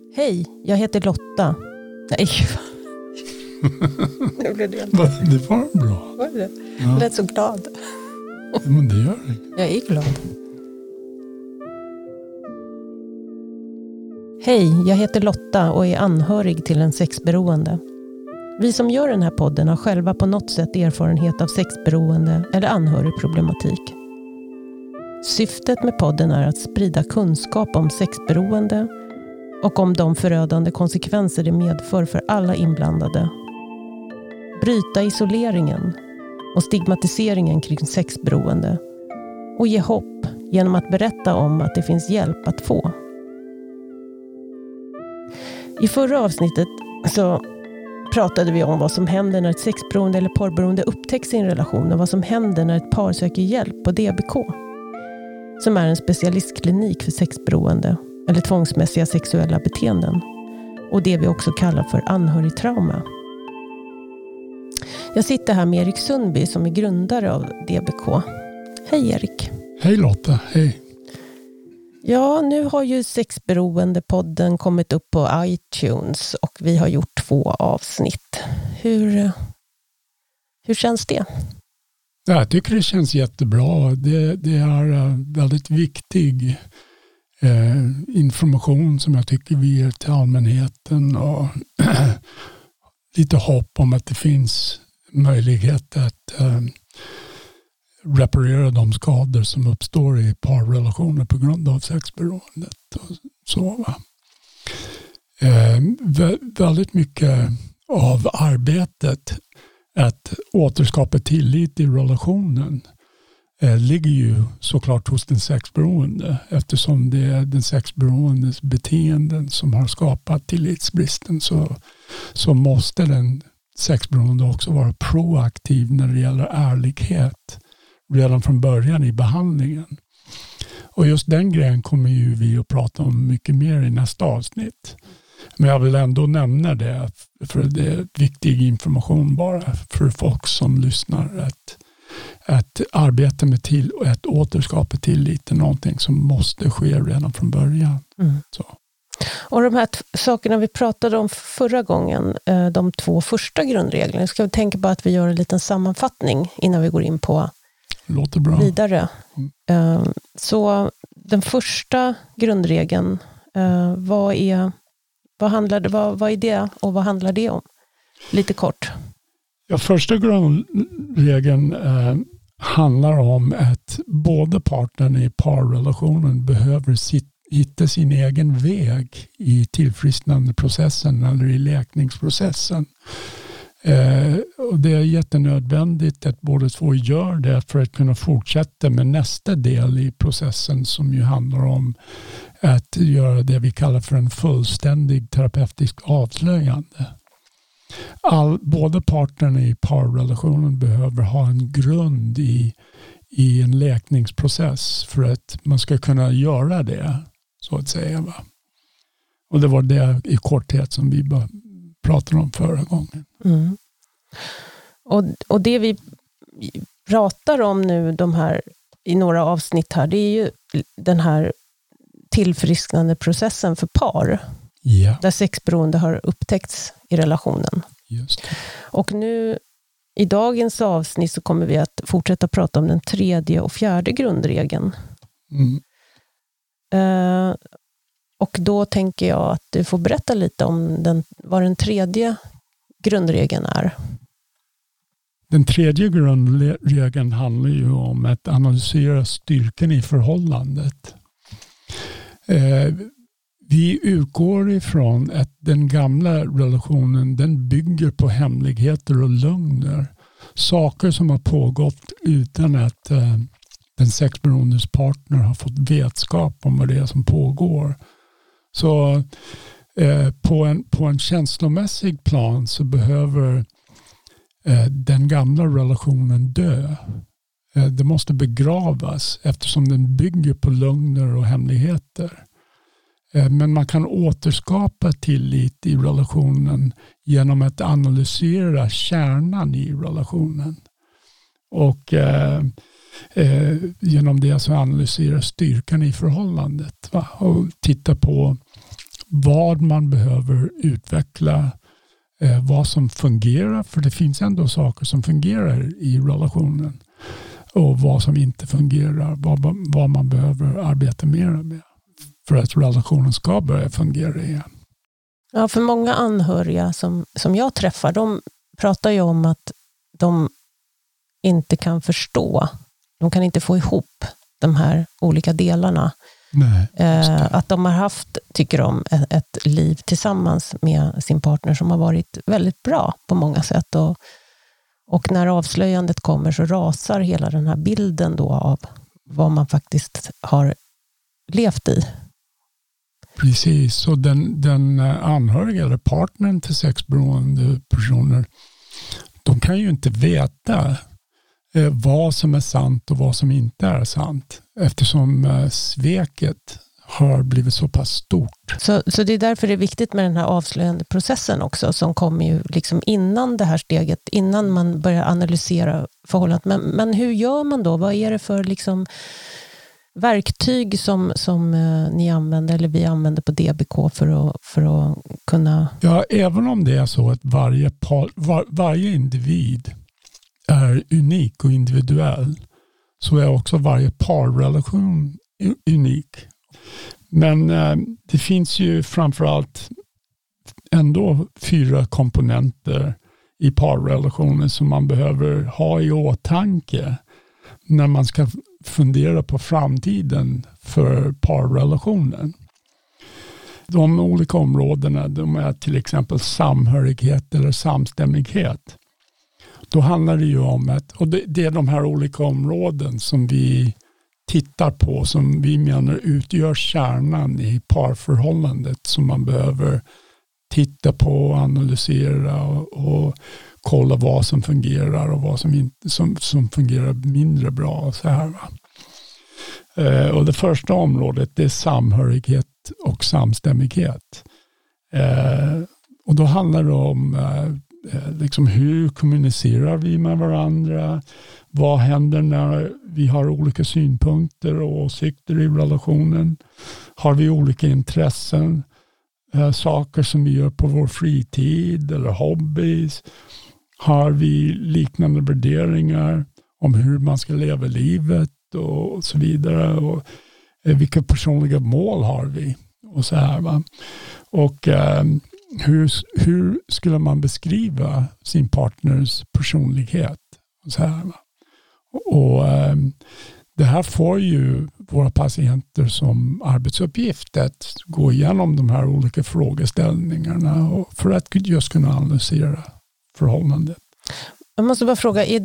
Hej, jag heter Lotta. Nej, Nu blev det det var bra. var det. Ja. Jag lät så glad. Ja, men det gör det. Jag är glad. Hej, jag heter Lotta och är anhörig till en sexberoende. Vi som gör den här podden har själva på något sätt erfarenhet av sexberoende eller anhörigproblematik. Syftet med podden är att sprida kunskap om sexberoende och om de förödande konsekvenser det medför för alla inblandade. Bryta isoleringen och stigmatiseringen kring sexberoende och ge hopp genom att berätta om att det finns hjälp att få. I förra avsnittet så pratade vi om vad som händer när ett sexberoende eller porrberoende upptäcks i en relation och vad som händer när ett par söker hjälp på DBK, som är en specialistklinik för sexberoende eller tvångsmässiga sexuella beteenden, och det vi också kallar för anhörigtrauma. Jag sitter här med Erik Sundby som är grundare av DBK. Hej Erik. Hej Lotta, hej. Ja, nu har ju Sexberoende-podden kommit upp på iTunes och vi har gjort 2 avsnitt. Hur känns det? Jag tycker det känns jättebra. Det är väldigt viktig information som jag tycker vi ger till allmänheten och lite hopp om att det finns möjlighet att reparera de skador som uppstår i parrelationer på grund av sexberoendet. Och så, va? Väldigt mycket av arbetet att återskapa tillit i relationen ligger ju såklart hos den sexberoende, eftersom det är den sexberoendes beteenden som har skapat tillitsbristen, så måste den sexberoende också vara proaktiv när det gäller ärlighet redan från början i behandlingen. Och just den grejen kommer ju vi att prata om mycket mer i nästa avsnitt. Men jag vill ändå nämna det, för det är viktig information bara för folk som lyssnar, att arbeta med att återskapa tillit är någonting som måste ske redan från början. Mm. Så. Och de här sakerna vi pratade om förra gången, de 2 första grundreglerna, ska vi tänka på att vi gör en liten sammanfattning innan vi går in på låter bra. Vidare. Så den första grundregeln, vad är det och vad handlar det om? Lite kort. Ja, första grundregeln handlar om att båda parterna i parrelationen behöver hitta sin egen väg i tillfrisknandeprocessen eller i läkningsprocessen. Och det är jättenödvändigt att båda två gör det för att kunna fortsätta med nästa del i processen, som ju handlar om att göra det vi kallar för en fullständig terapeutisk avslöjande. Båda parterna i parrelationen behöver ha en grund i en läkningsprocess för att man ska kunna göra det, så att säga. Va? Och det var det i korthet som vi pratade om förra gången. Mm. Och det vi pratar om nu i några avsnitt här, det är ju den här tillfrisknande processen för par. Ja. Där sexberoende har upptäckts i relationen. Just det. Och nu i dagens avsnitt så kommer vi att fortsätta prata om den 3:e och 4:e grundregeln. Mm. Och då tänker jag att du får berätta lite om vad den 3:e grundregeln är. Den 3:e grundregeln handlar ju om att analysera styrkan i förhållandet. Vi utgår ifrån att den gamla relationen, den bygger på hemligheter och lögner. Saker som har pågått utan att den sexberoendes partner har fått vetskap om vad det är som pågår. Så på en känslomässig plan så behöver den gamla relationen dö. Det måste begravas eftersom den bygger på lögner och hemligheter. Men man kan återskapa tillit i relationen genom att analysera kärnan i relationen. Och genom det så analysera styrkan i förhållandet. Va? Och titta på vad man behöver utveckla, vad som fungerar, för det finns ändå saker som fungerar i relationen, och vad som inte fungerar, vad man behöver arbeta mer med för att relationen ska börja fungera igen. Ja, för många anhöriga som jag träffar, de pratar ju om att de inte kan förstå, de kan inte få ihop de här olika delarna. Nej, att de har haft, tycker de, ett liv tillsammans med sin partner som har varit väldigt bra på många sätt. Och när avslöjandet kommer så rasar hela den här bilden då av vad man faktiskt har levt i. Precis, och den anhöriga eller partnern till sexberoende personer, de kan ju inte veta vad som är sant och vad som inte är sant, eftersom sveket har blivit så pass stort. Så det är därför det är viktigt med den här avslöjande processen också, som kommer ju liksom innan det här steget, innan man börjar analysera förhållandet. Men hur gör man då? Vad är det för liksom verktyg som ni använder, eller vi använder på DBK för att kunna... Ja, även om det är så att varje individ är unik och individuell, så är också varje parrelation unik. Men det finns ju framförallt ändå 4 komponenter i parrelationer som man behöver ha i åtanke när man ska fundera på framtiden för parrelationen. De olika områdena, de är till exempel samhörighet eller samstämmighet. Då handlar det ju om och det är de här olika områden som vi tittar på, som vi menar utgör kärnan i parförhållandet, som man behöver titta på, analysera och kolla vad som fungerar och vad som inte som fungerar mindre bra och så här, va? Och det första området, det är samhörighet och samstämmighet. Och då handlar det om liksom hur kommunicerar vi med varandra? Vad händer när vi har olika synpunkter och åsikter i relationen? Har vi olika intressen? Saker som vi gör på vår fritid eller hobbies? Har vi liknande värderingar om hur man ska leva livet och så vidare? Och vilka personliga mål har vi? Och så här, va? Och hur skulle man beskriva sin partners personlighet? Och så här, va? Och det här får ju våra patienter som arbetsuppgift att gå igenom de här olika frågeställningarna och för att just kunna analysera förhållandet. Jag måste bara fråga, är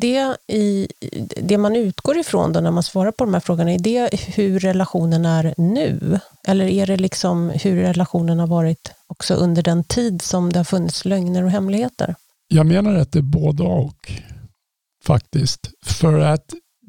det man utgår ifrån då när man svarar på de här frågorna, är det hur relationen är nu? Eller är det liksom hur relationen har varit också under den tid som det har funnits lögner och hemligheter? Jag menar att det är både och faktiskt. För att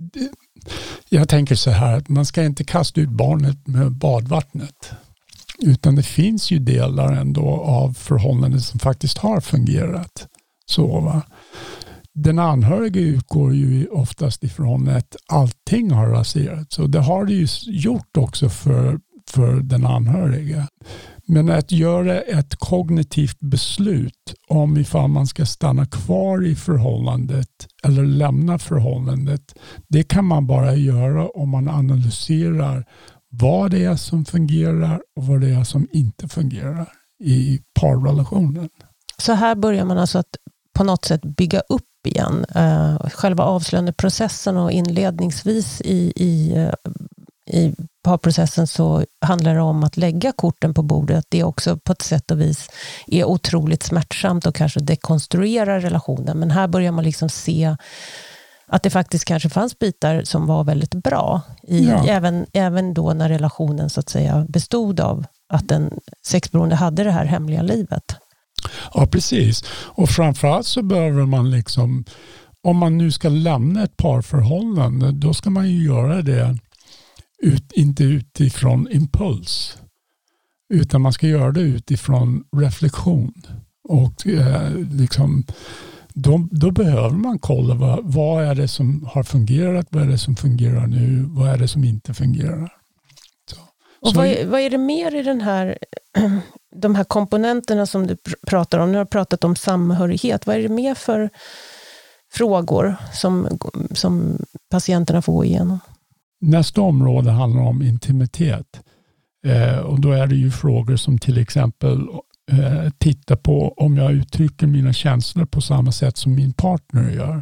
jag tänker så här, att man ska inte kasta ut barnet med badvattnet. Utan det finns ju delar ändå av förhållanden som faktiskt har fungerat. Så, va? Den anhöriga utgår ju oftast ifrån att allting har raserats. Och det har det ju gjort också för den anhöriga. Men att göra ett kognitivt beslut om ifall man ska stanna kvar i förhållandet eller lämna förhållandet, det kan man bara göra om man analyserar vad det är som fungerar och vad det är som inte fungerar i parrelationen. Så här börjar man alltså att på något sätt bygga upp igen själva avslöjandeprocessen, och inledningsvis i parprocessen så handlar det om att lägga korten på bordet. Det är också på ett sätt och vis är otroligt smärtsamt och kanske dekonstruera relationen. Men här börjar man liksom se att det faktiskt kanske fanns bitar som var väldigt bra. Även då när relationen så att säga bestod av att den sexberoende hade det här hemliga livet. Ja, precis. Och framförallt så behöver man liksom, om man nu ska lämna ett parförhållande, då ska man ju göra det inte utifrån impuls, utan man ska göra det utifrån reflektion. Och liksom, då behöver man kolla vad är det som har fungerat, vad är det som fungerar nu, vad är det som inte fungerar. Och vad är det mer i den här de här komponenterna som du pratar om, nu har du pratat om samhörighet. Vad är det mer för frågor som patienterna får gå igenom? Nästa område handlar om intimitet. Och då är det ju frågor som till exempel titta på om jag uttrycker mina känslor på samma sätt som min partner gör.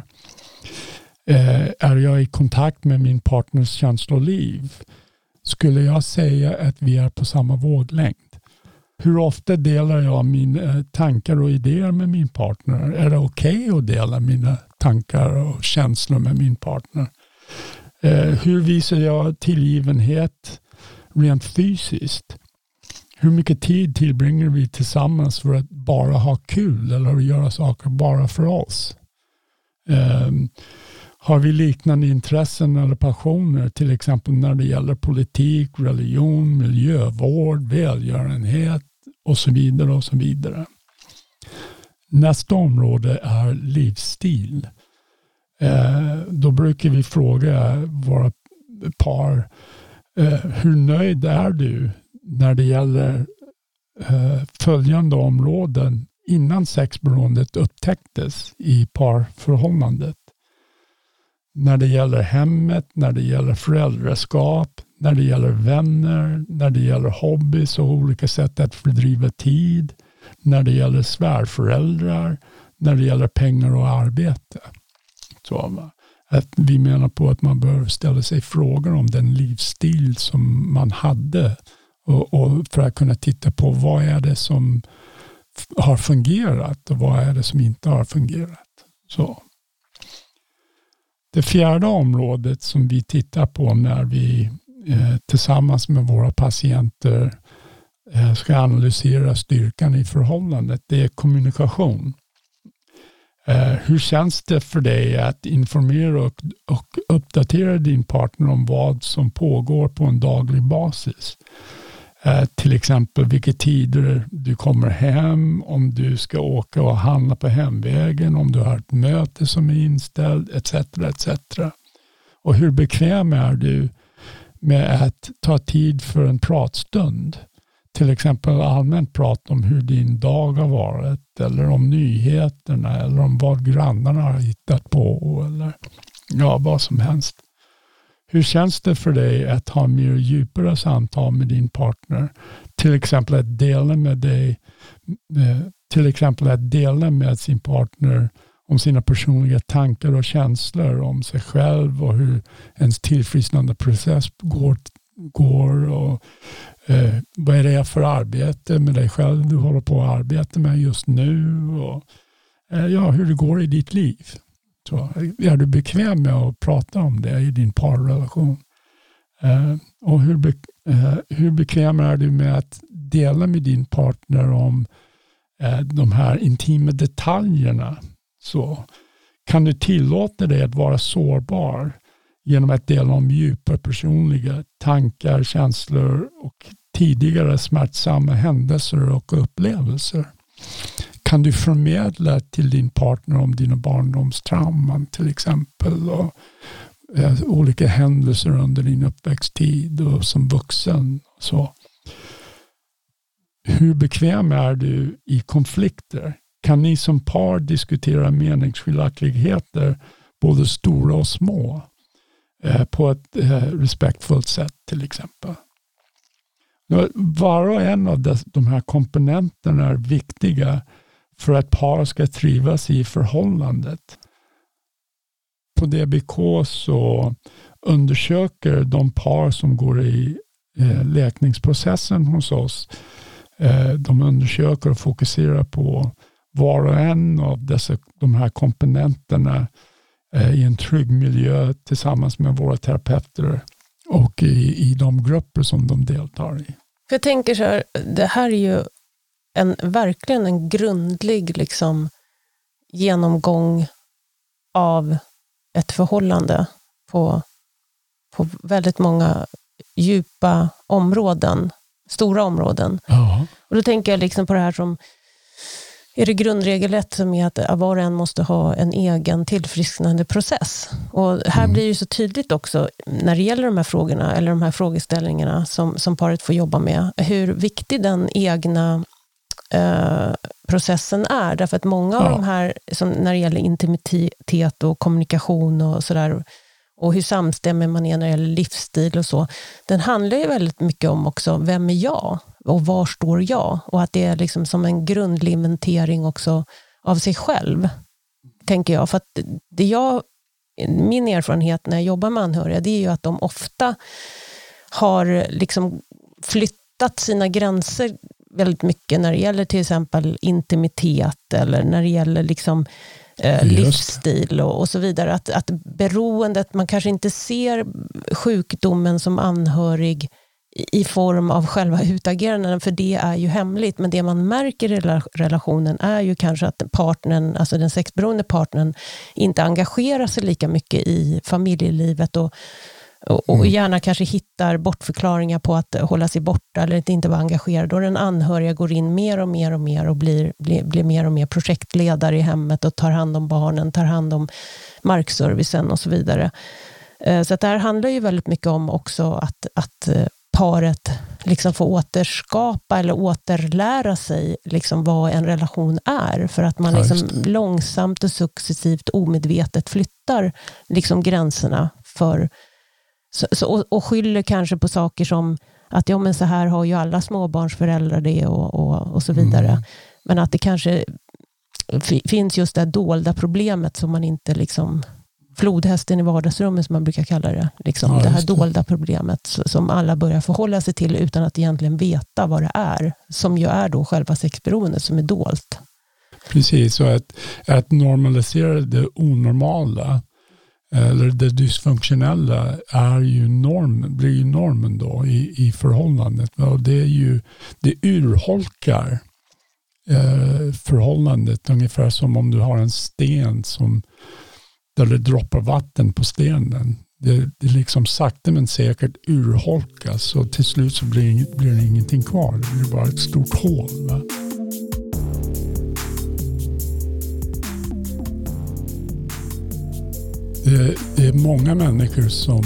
Är jag i kontakt med min partners känsloliv? Skulle jag säga att vi är på samma våglängd? Hur ofta delar jag mina tankar och idéer med min partner? Är det okej att dela mina tankar och känslor med min partner? Hur visar jag tillgivenhet rent fysiskt? Hur mycket tid tillbringar vi tillsammans för att bara ha kul eller göra saker bara för oss? Har vi liknande intressen eller passioner, till exempel när det gäller politik, religion, miljövård, välgörenhet och så vidare och så vidare. Nästa område är livsstil. Då brukar vi fråga våra par, hur nöjd är du när det gäller följande områden innan sexberoendet upptäcktes i parförhållandet? När det gäller hemmet, när det gäller föräldraskap, när det gäller vänner, när det gäller hobbys och olika sätt att fördriva tid, när det gäller svärföräldrar, när det gäller pengar och arbete. Så, att vi menar på att man bör ställa sig frågor om den livsstil som man hade och för att kunna titta på vad är det som har fungerat och vad är det som inte har fungerat. Så. Det fjärde området som vi tittar på när vi tillsammans med våra patienter ska analysera styrkan i förhållandet, det är kommunikation. Hur känns det för dig att informera och uppdatera din partner om vad som pågår på en daglig basis? Till exempel vilka tider du kommer hem, om du ska åka och handla på hemvägen, om du har ett möte som är inställd, etc. etc. Och hur bekväm är du med att ta tid för en pratstund? Till exempel allmänt prata om hur din dag har varit, eller om nyheterna, eller om vad grannarna har hittat på, eller ja, vad som helst. Hur känns det för dig att ha mer djupare samtal med din partner? Till exempel att dela med sin partner om sina personliga tankar och känslor om sig själv och hur ens tillfrisknande process går och vad är det för arbete med dig själv du håller på att arbeta med just nu och hur det går i ditt liv. Så är du bekväm med att prata om det i din parrelation? Och hur bekväm är du med att dela med din partner om de här intima detaljerna? Så kan du tillåta dig att vara sårbar genom att dela om djupa personliga tankar, känslor och tidigare smärtsamma händelser och upplevelser? Kan du förmedla till din partner om dina barndomstrauman till exempel och olika händelser under din uppväxttid och som vuxen? Så. Hur bekväm är du i konflikter? Kan ni som par diskutera meningsskiljaktigheter, både stora och små, på ett respektfullt sätt till exempel? Var och en av de här komponenterna är viktiga för att par ska trivas i förhållandet. På DBK så undersöker de par som går i läkningsprocessen hos oss. De undersöker och fokuserar på var och en av de här komponenterna i en trygg miljö tillsammans med våra terapeuter och i de grupper som de deltar i. För jag tänker så här, det här är ju verkligen en grundlig genomgång av ett förhållande på väldigt många djupa områden, stora områden. Ja. Och då tänker jag på det här som är det grundregel 1 som är att var och en måste ha en egen tillfrisknande process. Och här blir det så tydligt också när det gäller de här frågorna eller de här frågeställningarna som paret får jobba med, hur viktig den egna processen är. Därför att många av de här, som när det gäller intimitet och kommunikation och sådär, och hur samstämmig man är när det gäller livsstil och så, den handlar ju väldigt mycket om också, vem är jag? Och var står jag? Och att det är liksom som en grundlig inventering också av sig själv, tänker jag. För att min erfarenhet när jag jobbar med anhöriga, det är ju att de ofta har liksom flyttat sina gränser väldigt mycket när det gäller till exempel intimitet eller när det gäller liksom livsstil och så vidare. Att beroendet, man kanske inte ser sjukdomen som anhörig i form av själva utageranden, för det är ju hemligt, men det man märker i relationen är ju kanske att partnern, alltså den sexberoende partnern, inte engagerar sig lika mycket i familjelivet och gärna kanske hittar bortförklaringar på att hålla sig borta eller att inte vara engagerad. Och den anhöriga går in mer och mer och mer och blir mer och mer projektledare i hemmet och tar hand om barnen, tar hand om markservicen och så vidare. Så att det här handlar ju väldigt mycket om också att paret liksom får återskapa eller återlära sig liksom vad en relation är, för att man liksom långsamt och successivt omedvetet flyttar liksom gränserna för och skyller kanske på saker som att men så här har ju alla småbarnsföräldrar det och så vidare. Men att det kanske finns just det dolda problemet som man inte liksom, flodhästen i vardagsrummet som man brukar kalla det, liksom, det här dolda problemet som alla börjar förhålla sig till utan att egentligen veta vad det är, som ju är då själva sexberoendet som är dolt. Precis, och att normalisera det onormala eller det dysfunktionella blir ju normen då i förhållandet. Och det urholkar förhållandet, ungefär som om du har en sten där det droppar vatten på stenen. Det liksom sakta men säkert urholkas och till slut så blir det ingenting kvar. Det blir bara ett stort hål. Va? Det är många människor som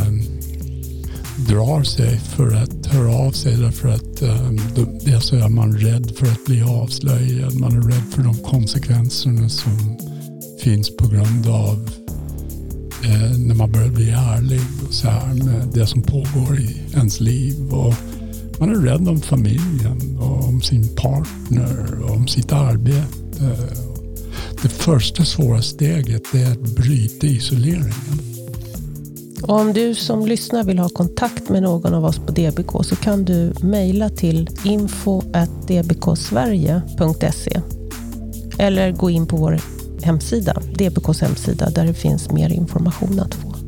drar sig för att höra av sig därför att dels är man rädd för att bli avslöjad. Man är rädd för de konsekvenserna som finns på grund av när man börjar bli ärlig och så här med det som pågår i ens liv. Och man är rädd om familjen och om sin partner och om sitt arbete. Det första svåra steget är att bryta isoleringen. Och om du som lyssnar vill ha kontakt med någon av oss på DBK så kan du mejla till info@dbksverige.se eller gå in på vår hemsida, DBKs hemsida, där det finns mer information att få.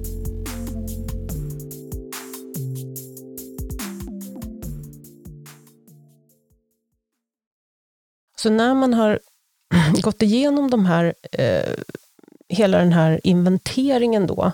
Så när man har gått igenom de här, hela den här inventeringen då,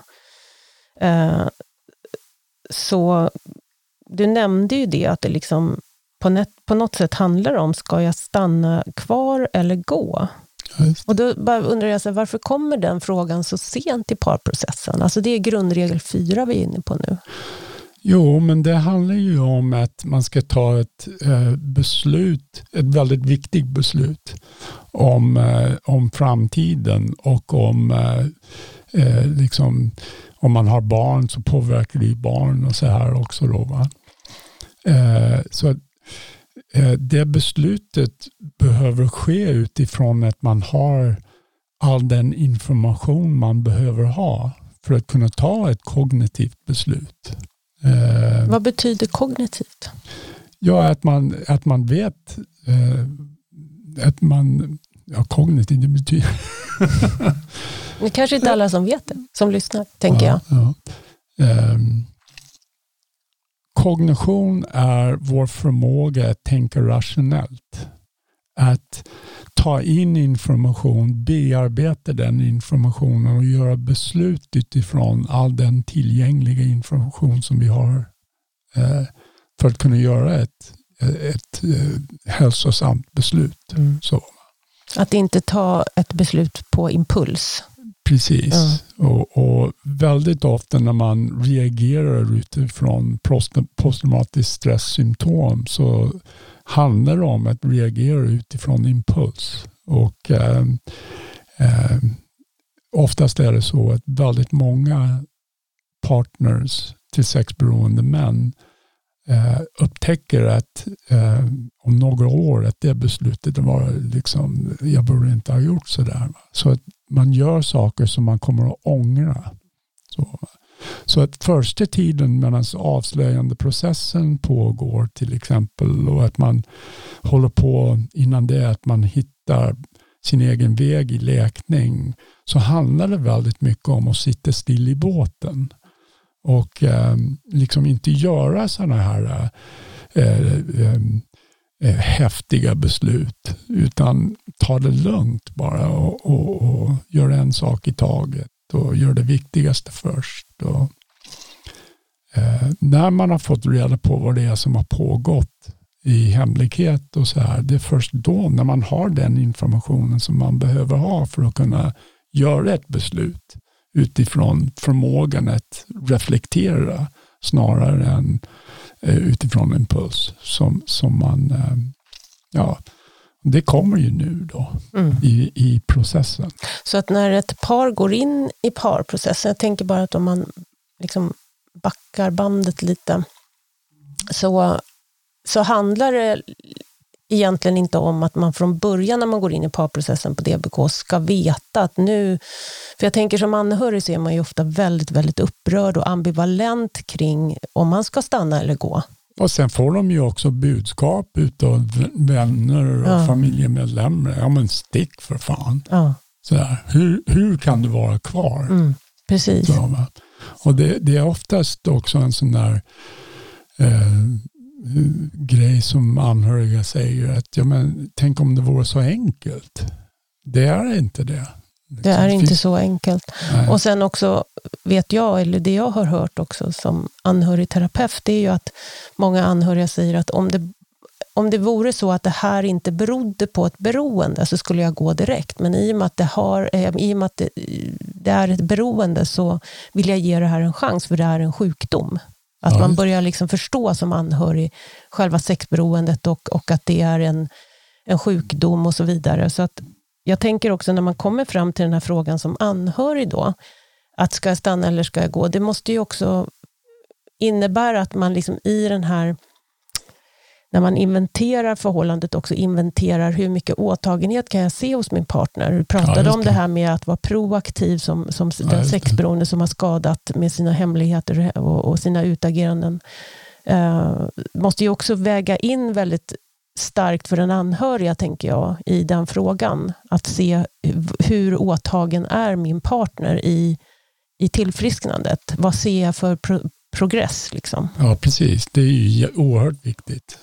så du nämnde ju det att det liksom på något sätt handlar om, ska jag stanna kvar eller gå? Och då bara undrar jag varför kommer den frågan så sent i parprocessen? Alltså det är grundregel 4 vi är inne på nu. Jo, men det handlar ju om att man ska ta ett beslut, ett väldigt viktigt beslut om framtiden och om liksom, om man har barn så påverkar det ju barn och så här också då, va? Så det beslutet behöver ske utifrån att man har all den information man behöver ha för att kunna ta ett kognitivt beslut. Vad betyder kognitivt? Ja, att man vet att man... Ja, kognitivt, det betyder... Det kanske inte alla som vet det, som lyssnar, tänker jag. Ja. Kognition är vår förmåga att tänka rationellt. Att ta in information, bearbeta den informationen och göra beslut utifrån all den tillgängliga information som vi har för att kunna göra ett hälsosamt beslut. Så. Att inte ta ett beslut på impuls. Precis. Och väldigt ofta när man reagerar utifrån posttraumatisk stresssymptom så handlar om att reagera utifrån impuls. Och oftast är det så att väldigt många partners till sexberoende män upptäcker att om några år att det beslutet var liksom, jag borde inte ha gjort sådär. Så att man gör saker som man kommer att ångra. Så att första tiden medan avslöjande processen pågår till exempel, och att man håller på innan det att man hittar sin egen väg i läkning, så handlar det väldigt mycket om att sitta still i båten och liksom inte göra sådana här häftiga beslut, utan ta det lugnt bara och göra en sak i taget och gör det viktigaste först. Och, när man har fått reda på vad det är som har pågått i hemlighet och så här, det är först då när man har den informationen som man behöver ha för att kunna göra ett beslut utifrån förmågan att reflektera snarare än utifrån impuls som man det kommer ju nu då i processen. Så att när ett par går in i parprocessen, jag tänker bara att om man liksom backar bandet lite, så handlar det egentligen inte om att man från början när man går in i parprocessen på DBK ska veta att nu, för jag tänker som anhörig så är man ju ofta väldigt, väldigt upprörd och ambivalent kring om man ska stanna eller gå. Och sen får de ju också budskap utav vänner och familjemedlemmar. Ja men stick för fan. Ja. Sådär. Hur kan du vara kvar? Precis. Så, och det är oftast också en sån där grej som anhöriga säger att tänk om det vore så enkelt. Det är inte det. Det är inte så enkelt. Nej. Och sen också vet jag, eller det jag har hört också som anhörigterapeut, det är ju att många anhöriga säger att om det vore så att det här inte berodde på ett beroende så skulle jag gå direkt. Men i och med att det är ett beroende så vill jag ge det här en chans, för det är en sjukdom. Att man börjar liksom förstå som anhörig själva sexberoendet och att det är en sjukdom och så vidare. Så att jag tänker också när man kommer fram till den här frågan som anhörig då, att ska jag stanna eller ska jag gå? Det måste ju också innebära att man liksom i den här, när man inventerar förhållandet, också inventerar hur mycket åtagenhet kan jag se hos min partner. Du pratade om det här med att vara proaktiv som den sexberoende som har skadat med sina hemligheter och sina utageranden. Måste ju också väga in väldigt starkt för den anhöriga, tänker jag, i den frågan. Att se hur åtagen är min partner i tillfrisknandet. Vad ser jag för progress liksom? Ja, precis. Det är ju oerhört viktigt.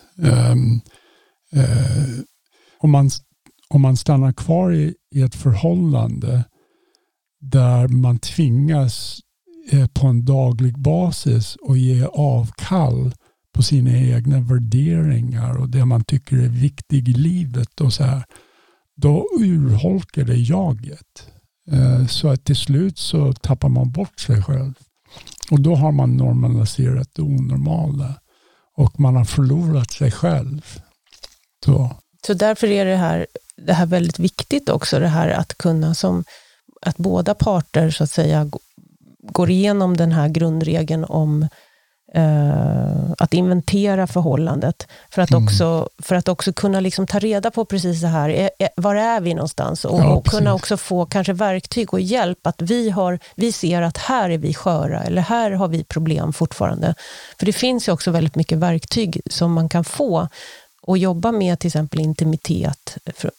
Om man stannar kvar i ett förhållande där man tvingas på en daglig basis att ge avkall på sina egna värderingar och det man tycker är viktigt i livet och så här, då urholkar det jaget. Så att till slut så tappar man bort sig själv. Och då har man normaliserat det onormala. Och man har förlorat sig själv. Så därför är det här väldigt viktigt också. Det här att kunna att båda parter så att säga går igenom den här grundregeln om att inventera förhållandet. För att också kunna liksom ta reda på precis det här. Var är vi någonstans? Och kunna också få kanske verktyg och hjälp. Att vi ser att här är vi sköra. Eller här har vi problem fortfarande. För det finns ju också väldigt mycket verktyg som man kan få. Och jobba med till exempel intimitet.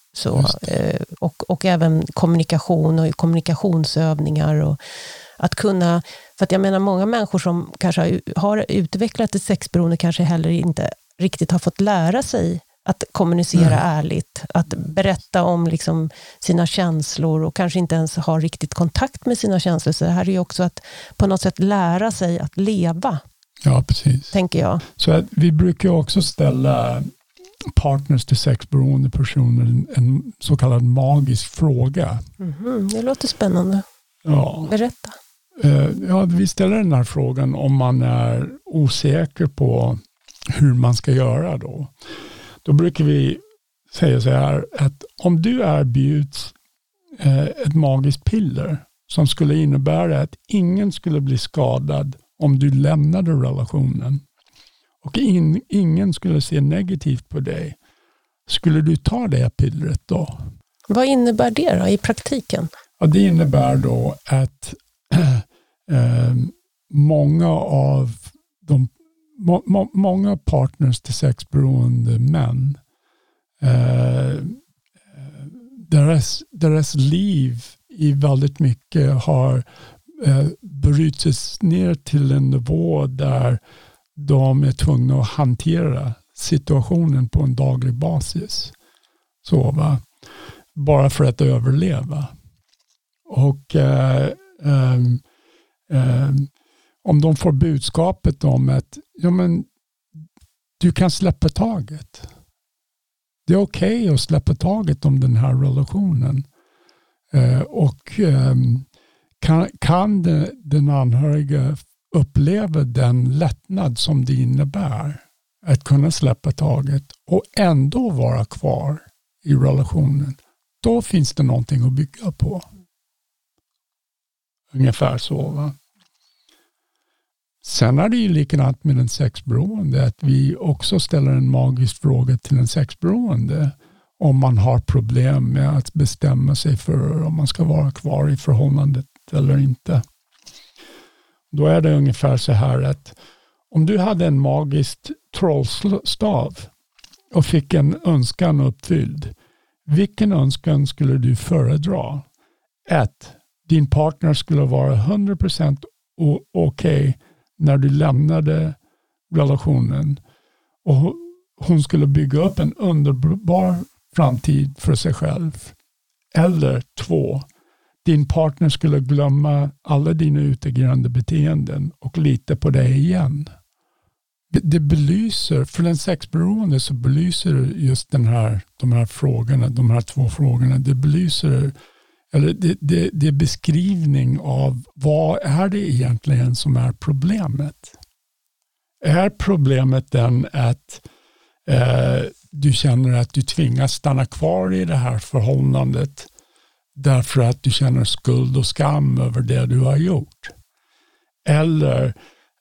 Och även kommunikation och kommunikationsövningar. Och att kunna, för att jag menar många människor som kanske har utvecklat ett sexberoende kanske heller inte riktigt har fått lära sig att kommunicera ärligt, att berätta om liksom sina känslor och kanske inte ens ha riktigt kontakt med sina känslor. Så det här är ju också att på något sätt lära sig att leva. Ja, precis. Tänker jag. Så att vi brukar också ställa partners till sexberoende personer en så kallad magisk fråga. Det låter spännande. Ja. Berätta. Vi ställer den här frågan om man är osäker på hur man ska göra då. Då brukar vi säga så här att om du erbjuds ett magiskt piller som skulle innebära att ingen skulle bli skadad om du lämnade relationen och ingen skulle se negativt på dig, skulle du ta det pillret då? Vad innebär det då i praktiken? Ja, det innebär då att många partners till sexberoende män, deras liv i väldigt mycket har brutits ner till en nivå där de är tvungna att hantera situationen på en daglig basis. Så, va? Bara för att överleva. Och om de får budskapet om att du kan släppa taget. Det är okej att släppa taget om den här relationen. Kan den anhöriga uppleva den lättnad som det innebär att kunna släppa taget och ändå vara kvar i relationen, då finns det någonting att bygga på. Ungefär så, va? Sen är det ju likadant med en sexberoende, att vi också ställer en magisk fråga till en sexberoende om man har problem med att bestämma sig för om man ska vara kvar i förhållandet eller inte. Då är det ungefär så här att om du hade en magisk trollstav och fick en önskan uppfylld, vilken önskan skulle du föredra? 1. Din partner skulle vara 100% okej när du lämnade relationen och hon skulle bygga upp en underbar framtid för sig själv. Eller 2. Din partner skulle glömma alla dina utagerande beteenden och lita på dig igen. Det belyser, för den sexberoende så belyser just de här frågorna, de här 2 frågorna, det belyser, eller det är beskrivning av vad är det egentligen som är problemet. Är problemet den att du känner att du tvingas stanna kvar i det här förhållandet därför att du känner skuld och skam över det du har gjort? Eller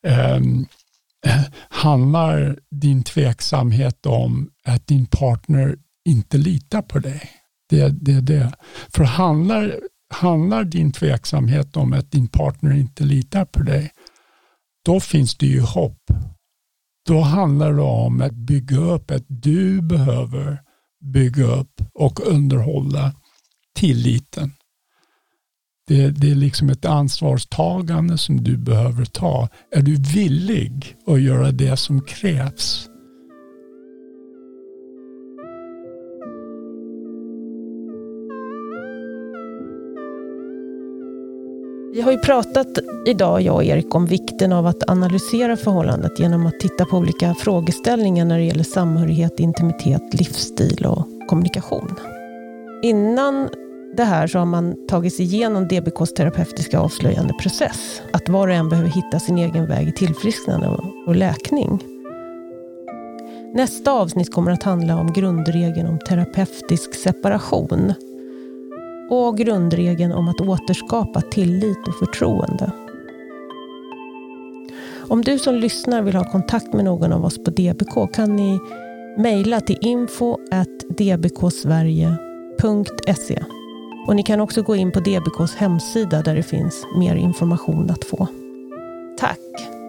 handlar din tveksamhet om att din partner inte litar på dig? Det är det. För handlar din tveksamhet om att din partner inte litar på dig, då finns det ju hopp. Då handlar det om att bygga upp, att du behöver bygga upp och underhålla tilliten. Det är liksom ett ansvarstagande som du behöver ta. Är du villig att göra det som krävs? Vi har ju pratat idag, jag och Erik, om vikten av att analysera förhållandet genom att titta på olika frågeställningar när det gäller samhörighet, intimitet, livsstil och kommunikation. Innan det här så har man tagit sig igenom DBKs terapeutiska avslöjande process. Att var och en behöver hitta sin egen väg i tillfrisknande och läkning. Nästa avsnitt kommer att handla om grundregeln om terapeutisk separation. Och grundregeln om att återskapa tillit och förtroende. Om du som lyssnar vill ha kontakt med någon av oss på DBK kan ni mejla till info@dbksverige.se. Och ni kan också gå in på DBKs hemsida där det finns mer information att få. Tack!